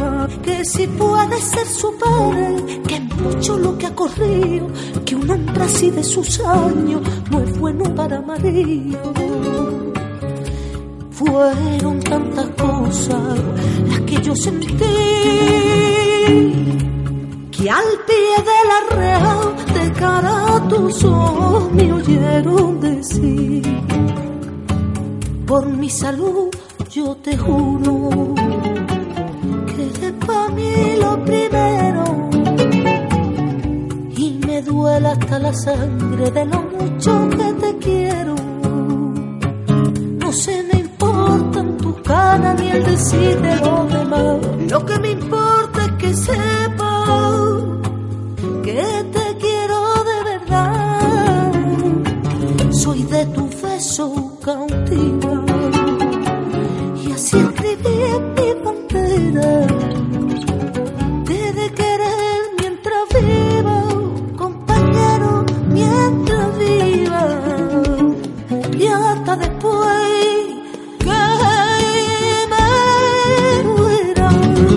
que si puede ser su padre, que es mucho lo que ha corrido, que un hombre así de sus años no es bueno para marido. Fueron tantas cosas las que yo sentí, que al pie del arreo de cara a tus ojos me oyeron decir: por mi salud yo te juro que eres pa' mí lo primero, y me duele hasta la sangre de lo mucho que te quiero. No se me importan tus ganas ni el decir de los demás, lo que me importa es que sepas que te quiero de verdad. Soy de tu beso cautiva, y así escribí en mi bandera: te de querer mientras viva, compañero, mientras viva, y hasta después que me muera.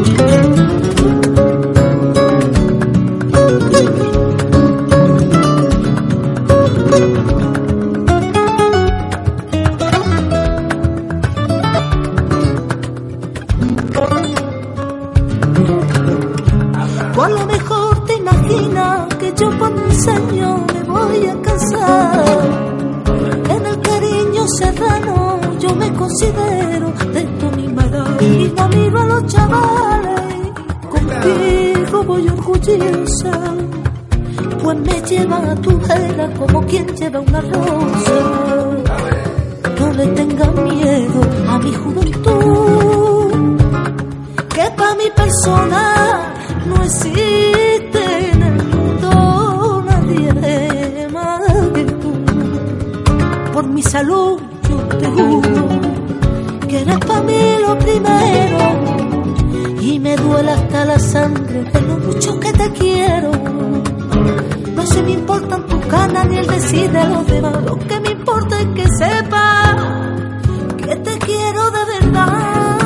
O a lo mejor te imaginas que yo por mi señor me voy a casar. En el cariño serrano yo me considero de tu misma edad, y no miro a los chavales, contigo voy orgullosa, pues me lleva a tu vera como quien lleva una rosa. No le tengas miedo a mi juventud, que pa' mi persona no existe en el mundo nadie más que tú. Por mi salud yo te juro que eres pa' mí lo primero, y me duele hasta la sangre de lo mucho que te quiero. No se me importan tus ganas ni el decir de los demás, lo que me importa es que sepas que te quiero de verdad.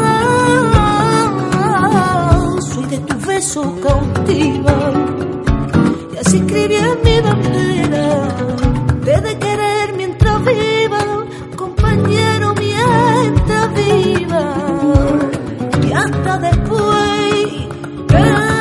Soy de tu beso cautiva, y así escribí en mi bandera: te de querer mientras viva, compañero, mientras viva, y hasta después que me muera.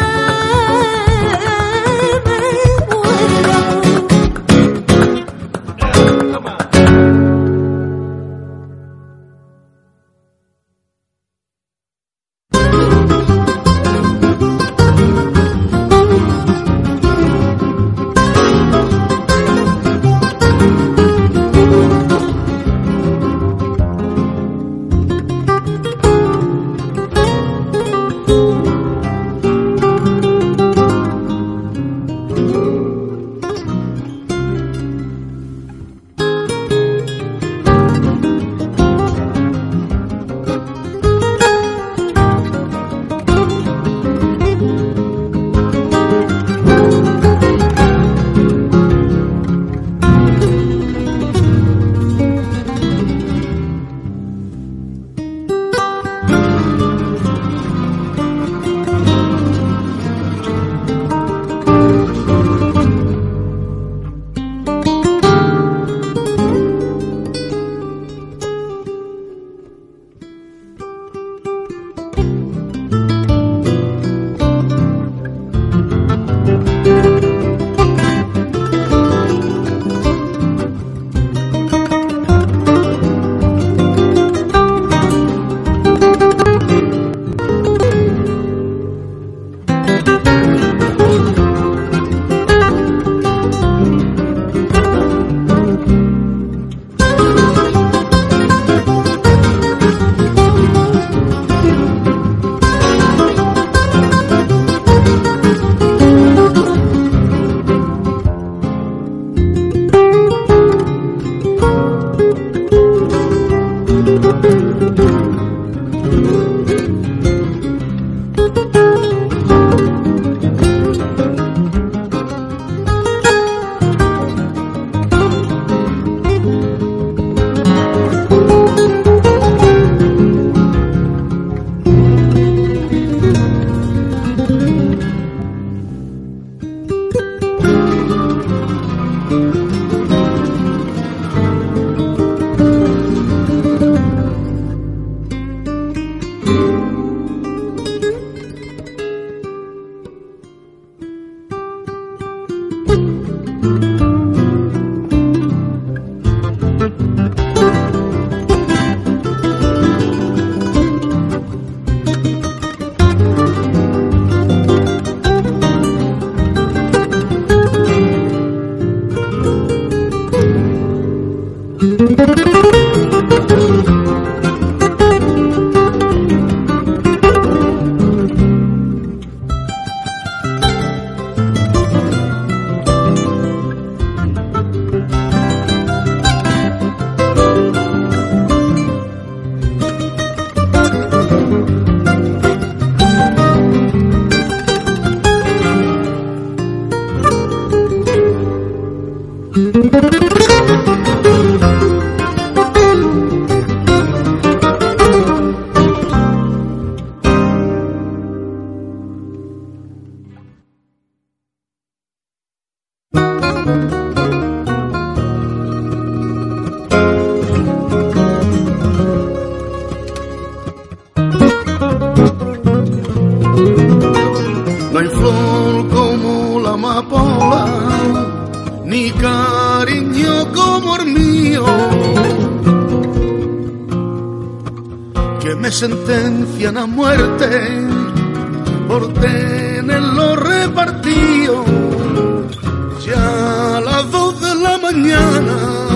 que me sentencian a muerte por tenerlo repartido. Ya a las 2 de la mañana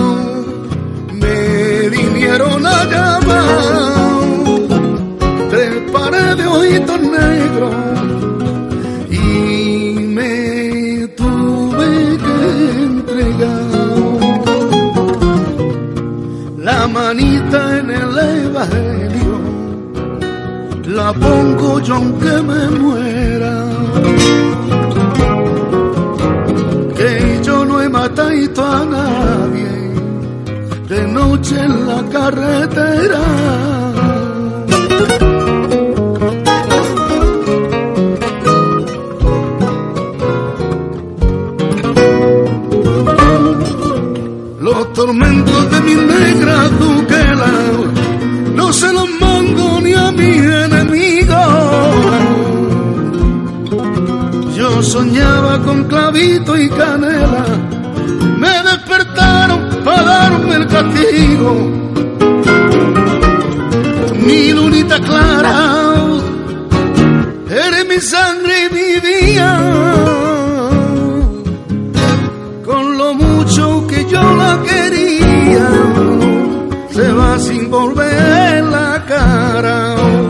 me vinieron a llamar, 3 pares de ojitos negros, y me tuve que entregar. La manita en el evangelio la pongo yo aunque me muera, que yo no he matado a nadie de noche en la carretera. Los tormentos de mi negra duquela no se los mando ni a mis enemigos. Yo soñaba con clavito y canela, me despertaron para darme el castigo. Mi lunita clara, eres mi sangre y mi vida. Con lo mucho que yo la quería, se va sin volver la cara.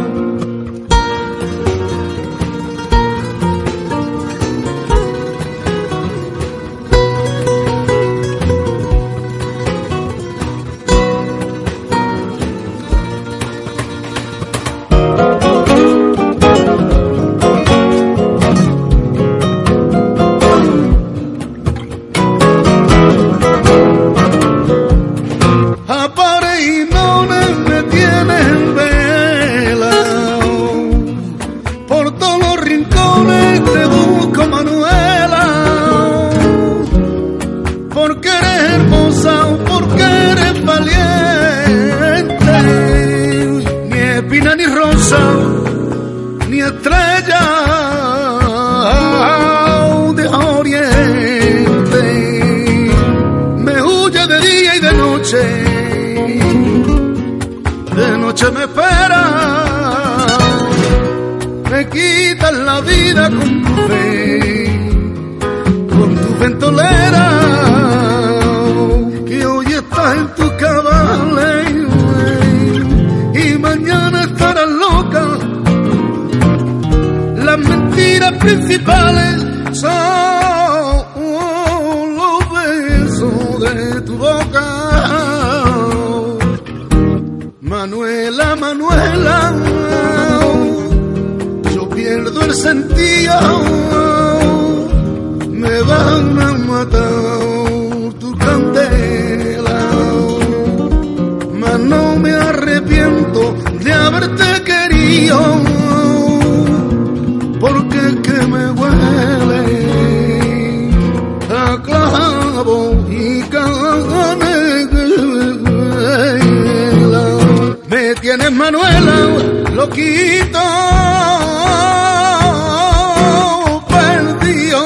Ni estrella de oriente, me huye de día y de noche me espera, me quitan la vida con tu ventolera, que hoy estás en tu cabales y mañana estarás loca. Las mentiras principales son los besos de tu boca. Manuela, Manuela, yo pierdo el sentido, me van a matar tu candela, mas no me arrepiento de haberte querido, porque es que me huele a clavo y canela. Me tienes, Manuela, loquito, perdido.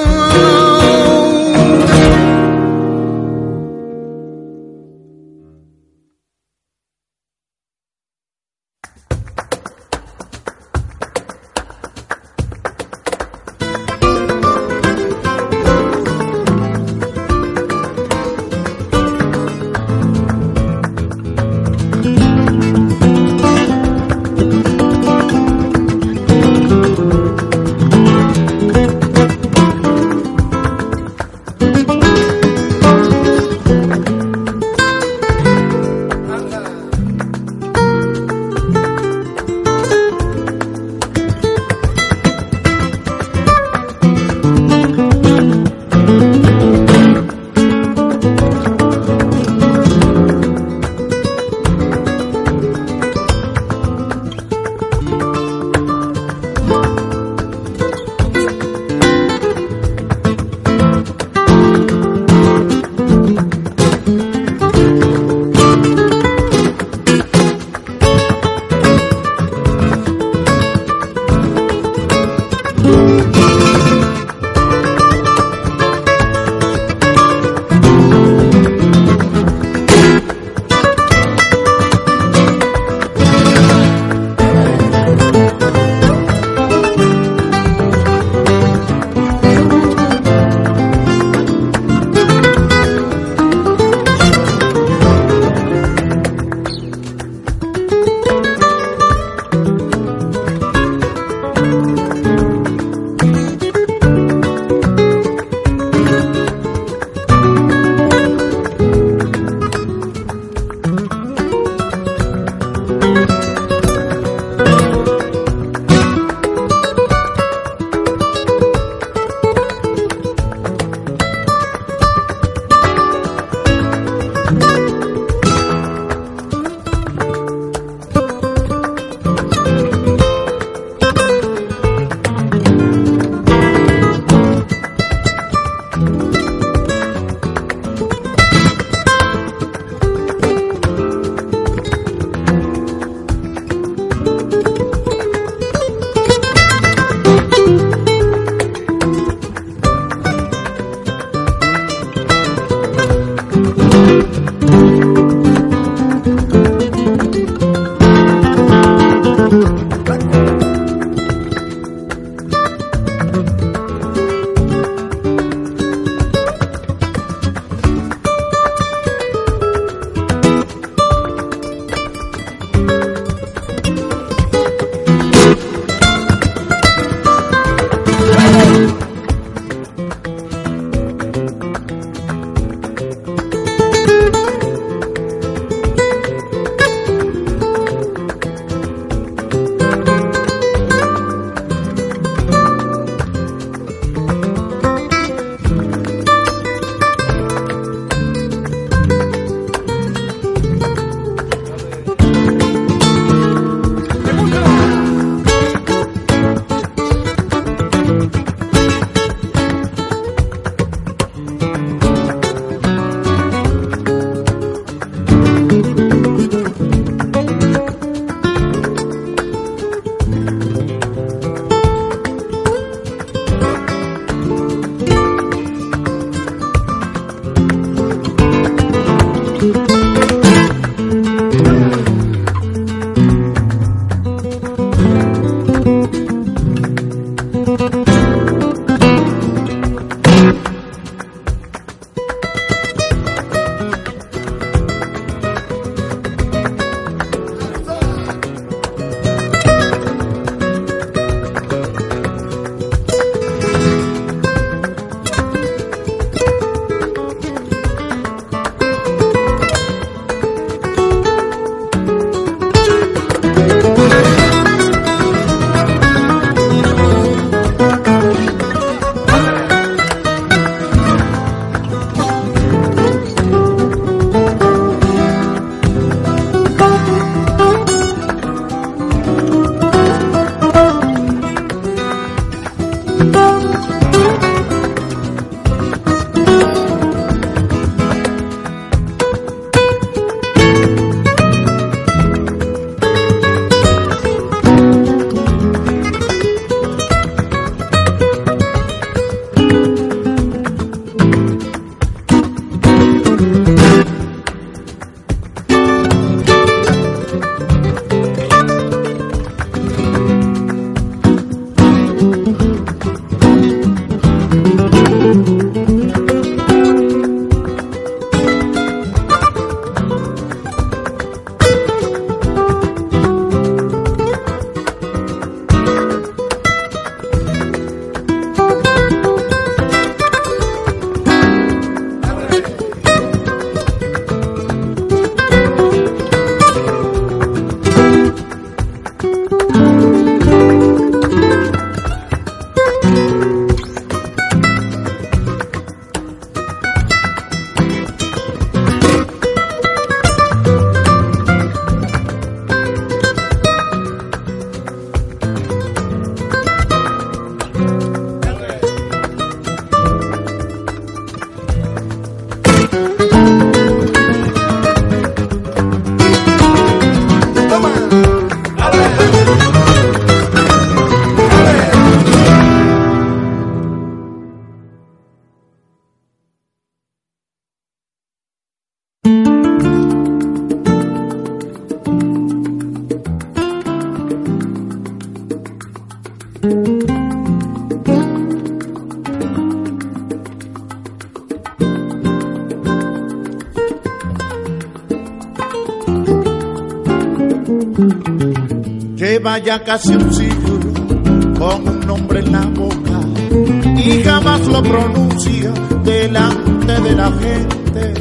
Lleva ya casi un siglo con un nombre en la boca y jamás lo pronuncia delante de la gente.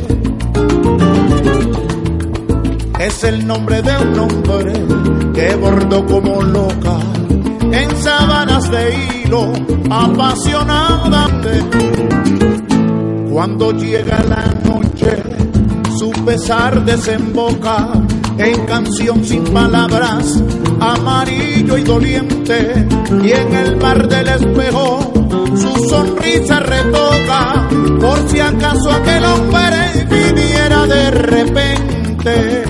Es el nombre de un hombre que bordó como loca en sábanas de hilo apasionadamente. Cuando llega la noche, su pesar desemboca en canción sin palabras, amarillo y doliente, y en el mar del espejo su sonrisa retoca, por si acaso aquel hombre viniera de repente.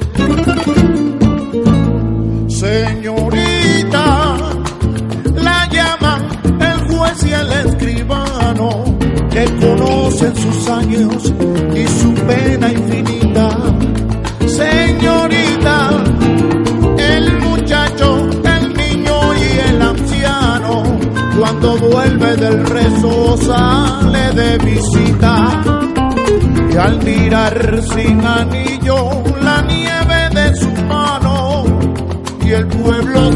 Señorita, la llaman el juez y el escribano, que conocen sus años y su pena infinita. Señorita, el muchacho, el niño y el anciano, cuando vuelve del rezo sale de visita, y al mirar sin anillo la nieve de su mano y el pueblo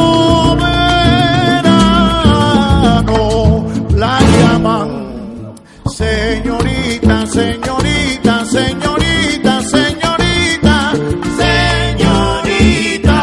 soberano, la llaman señorita, señorita, señorita, señorita, señorita.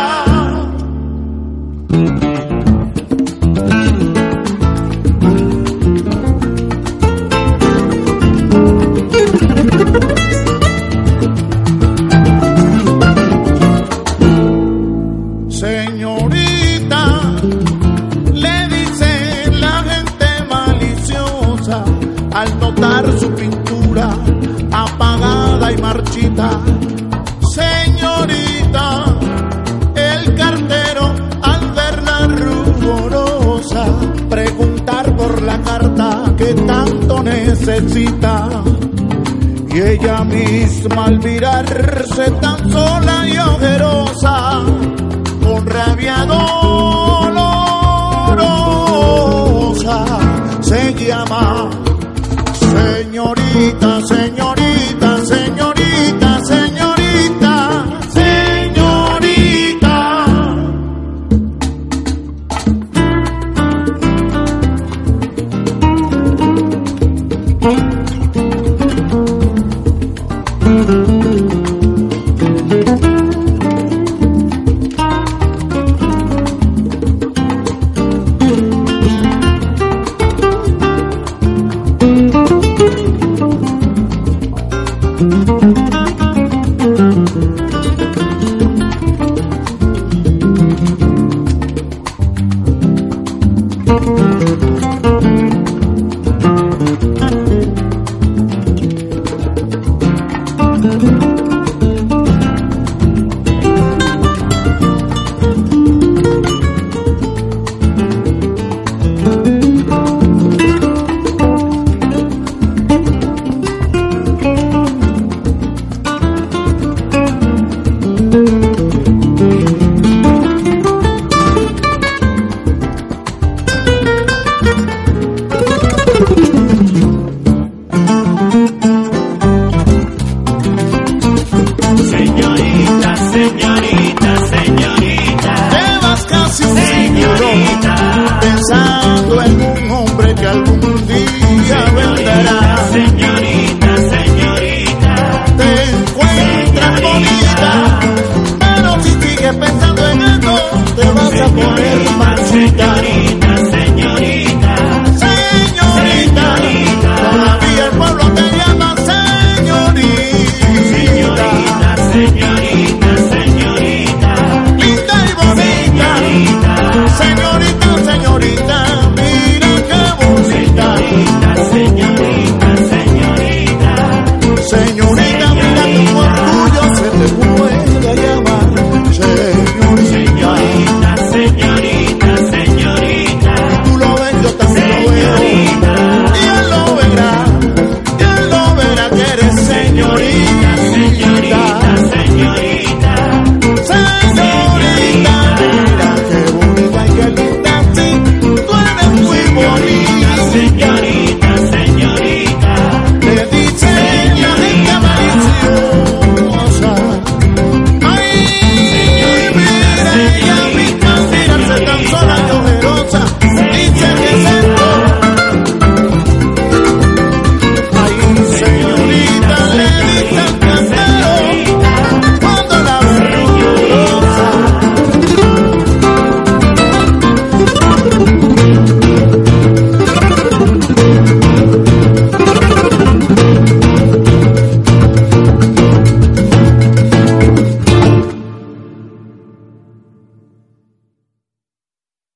Señorita, le dice la gente maliciosa al notar su pintura apagada y marchita. Señorita, el cartero al verla ruborosa preguntar por la carta que tanto necesita, y ella misma al mirarse tan sola y ojerosa, con rabia dolorosa, se llama señorita, señorita, señorita, señorita, señorita. Llevas casi un siglo pensando en un hombre que algún día